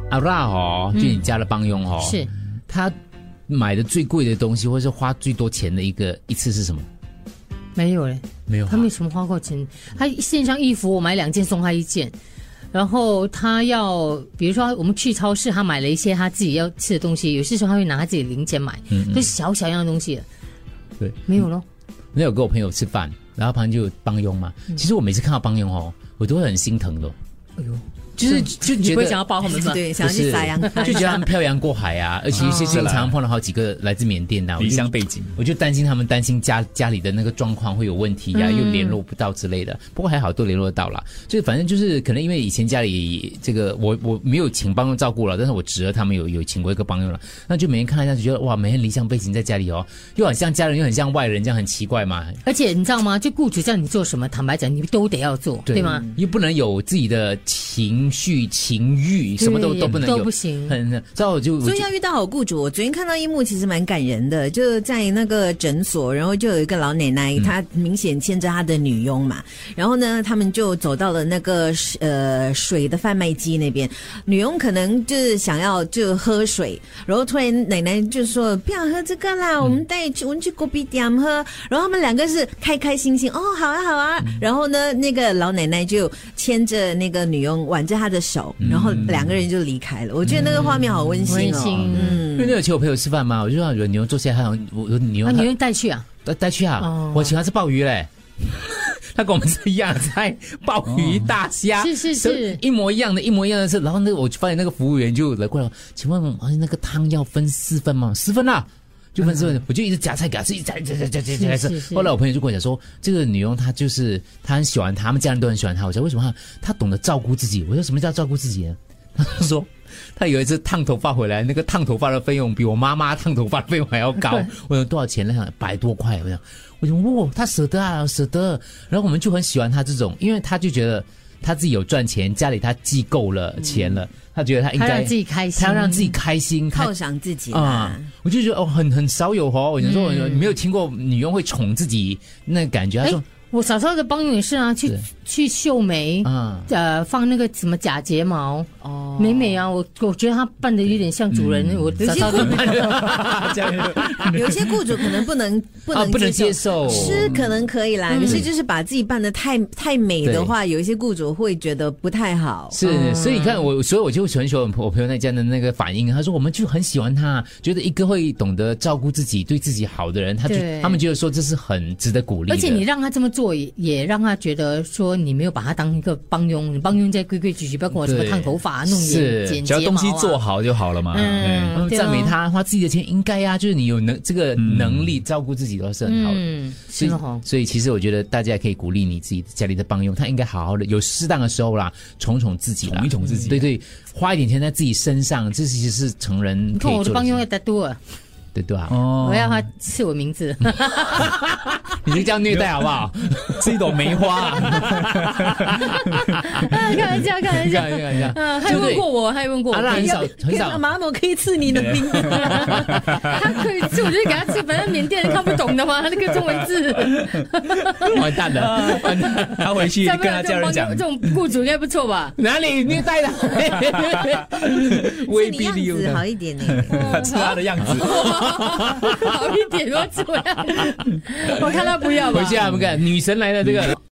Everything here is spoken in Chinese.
阿拉哦，就你家的帮佣哦， 是他买的最贵的东西，或者是花最多钱的一次是什么？ 没有嘞， 没有、啊， 他没什么花过钱。他线上衣服我买2件送他1件，然后他要比如说我们去超市，他买了一些他自己要吃的东西，有些时候他会拿他自己的零钱买，就是小小样的东西的。 对， 没有咯。 那有跟我朋友吃饭，然后旁边就有帮佣嘛。其实我每次看到帮佣哦，我都会很心疼的。 哎呦。 就觉得你不会想要抱他们吗？ 对，想要去撒养， 就觉得他们漂洋过海啊，而且有些经常碰到好几个来自缅甸的， 离乡背景， 我就担心他们担心家里的那个状况会有问题啊，又联络不到之类的。不过还好都联络得到啦，就反正就是可能因为以前家里这个我没有请帮佣照顾了，但是我侄儿他们有请过一个帮佣了，那就每天看到一下就觉得哇，每天离乡背景在家里哦，又很像家人又很像外人，这样很奇怪嘛。 而且你知道吗？就雇主叫你做什么，坦白讲你都得要做， 对吗？ 又不能有自己的情绪情欲，什么都不能有， 都不行。 所以要遇到好雇主。我昨天看到一幕其实蛮感人的，就在那个诊所，然后就有一个老奶奶，她明显牵着她的女佣嘛，然后呢，他们就走到了那个水的贩卖机那边，女佣可能就是想要就喝水，然后突然奶奶就说不要喝这个啦，我们去隔壁店喝，然后他们两个是开开心心，哦，好啊好啊，然后呢，那个老奶奶就牵着那个女佣挽着她的手，然后2个人就离开了。我觉得那个画面好温馨哦。 因为那有请我朋友吃饭嘛，我就让女佣坐下，好像我女佣带去啊， 带去啊，我请他吃鲍鱼嘞。他跟我们是一样菜，鲍鱼、大虾， 是一模一样的是。然后我发现那个服务员就来过来，请问那个汤要分4份吗？4份啦。就分4份，我就一直夹菜给他吃，一直夹吃。后来我朋友就跟我讲说，这个女佣她很喜欢他们家人都很喜欢她。我说为什么她懂得照顾自己？我说什么叫照顾自己呢？他说他有一次烫头发回来，那个烫头发的费用比我妈妈烫头发的费用还要高。我说多少钱呢？100多块。我想哇，他舍得啊，舍得。然后我们就很喜欢他这种，因为他就觉得他自己有赚钱，家里他积够了钱了，他觉得他应该他让自己开心， 他要让自己开心， 犒赏自己啊。 我就觉得很少有哦。我就说你没有听过女佣会宠自己那个感觉。他说我小时候的帮佣也是啊，去绣眉，放那个什么假睫毛，美啊，我觉得他扮的有点像主人。我小时候有些雇主可能不能接受，吃可能可以啦，可是就是把自己扮的太美的话，有一些雇主会觉得不太好。 是，所以你看所以我就很喜欢我朋友那家的那个反应，他说我们就很喜欢他，觉得一个会懂得照顾自己、对自己好的人，他们觉得说这是很值得鼓励的。 而且你让他这么做，也让他觉得说你没有把他当一个帮佣，你帮佣在规规矩矩，不要跟我什么烫头发、弄剪睫毛， 只要东西做好就好了嘛。 赞美他花自己的钱应该啊，就是你有这个能力照顾自己都是很好的。所以其实我觉得大家也可以鼓励你自己家里的帮佣，他应该好好的，有适当的时候啦，宠自己啦， 宠自己。 对，花一点钱在自己身上，这其实是成人可以做的。你看我的帮佣要得多啊。 对啊， 我要他刺我名字， 你就这样虐待好不好？ 是一朵梅花。 开玩笑。还问过我， 他很少。 妈妈，我可以刺你的名字。 他可以刺，我就给他刺，反正缅甸人看不懂的嘛，那个中文字。 完蛋了， 他回去跟他家人讲， 这种雇主应该不错吧？ 哪里虐待的？ 威逼利诱的，好一点呢， 是他的样子。 好一点，我看他不要吧。 回去啊，我们看女神来了这个。